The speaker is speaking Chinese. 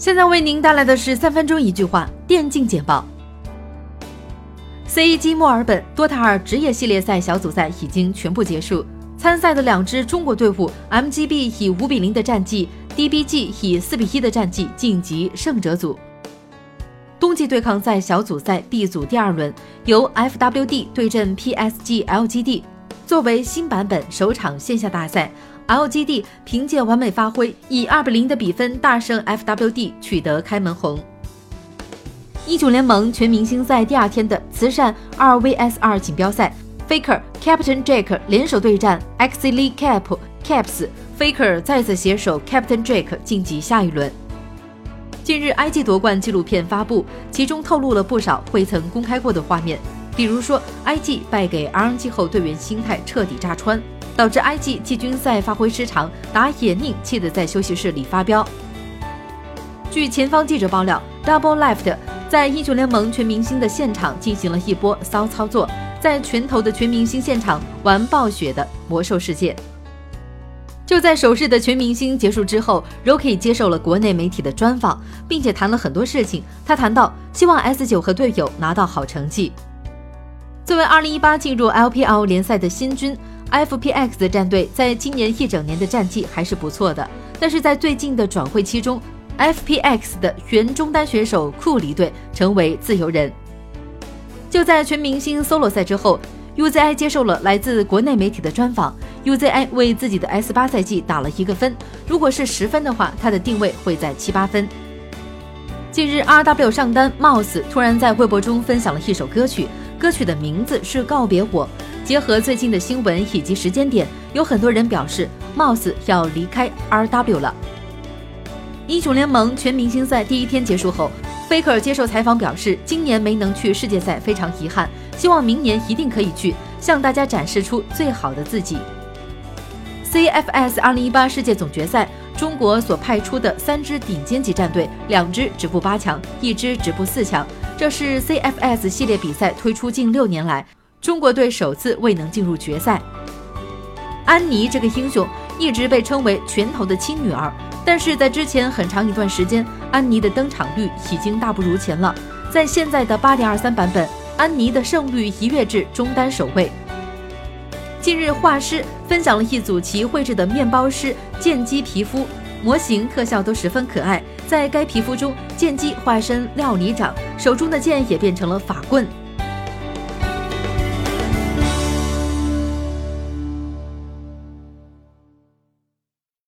现在为您带来的是3分钟一句话电竞简报。CEG 墨尔本多塔尔职业系列赛小组赛已经全部结束，参赛的2支中国队伍 MGB 以5-0的战绩， DBG 以4-1的战绩晋级胜者组。冬季对抗赛小组赛 B 组第2轮，由 FWD 对阵 PSG LGD， 作为新版本首场线下大赛。LGD 凭借完美发挥，以2-0的比分大胜 FWD， 取得开门红。19联盟全明星赛第2天的慈善 2vs2 锦标赛 ，Faker Captain Jake 联手对战 Xly Caps，Faker 再次携手 Captain Jake 晋级下一轮。近日 IG 夺冠纪录片发布，其中透露了不少未曾公开过的画面，比如说 IG 败给 RNG 后队员心态彻底炸穿，导致 IG 季军赛发挥失常，打野宁气得在休息室里发飙。据前方记者爆料， Double Lift 在19联盟全明星的现场进行了一波骚操作，在拳头的全明星现场玩暴雪的魔兽世界。就在首日的全明星结束之后， Rocky 接受了国内媒体的专访，并且谈了很多事情。他谈到希望 S9 和队友拿到好成绩。作为2018进入 LPL 联赛的新军， FPX 的战队在今年一整年的战绩还是不错的，但是在最近的转会期中， FPX 的原中单选手库离队，成为自由人。就在全明星 Solo 赛之后， UZI 接受了来自国内媒体的专访。 UZI 为自己的 S8 赛季打了1个分，如果是10分的话，他的定位会在7-8分。近日 RW 上单 Mouse 突然在微博中分享了一首歌曲，歌曲的名字是告别我。结合最近的新闻以及时间点，有很多人表示 Mouse 要离开 RW 了。19联盟全明星赛第1天结束后， Faker 接受采访表示，今年没能去世界赛非常遗憾，希望明年一定可以去，向大家展示出最好的自己。CFS 2018世界总决赛，中国所派出的3支顶尖级战队，2支止步8强，1支止步4强，这是 CFS 系列比赛推出近6年来，中国队首次未能进入决赛。安妮这个英雄一直被称为拳头的亲女儿，但是在之前很长一段时间，安妮的登场率已经大不如前了。在现在的 8.23 版本，安妮的胜率一跃至中单首位。近日画师分享了一组其绘制的面包师剑姬皮肤模型，特效都十分可爱。在该皮肤中，剑姬化身料理长，手中的剑也变成了法棍。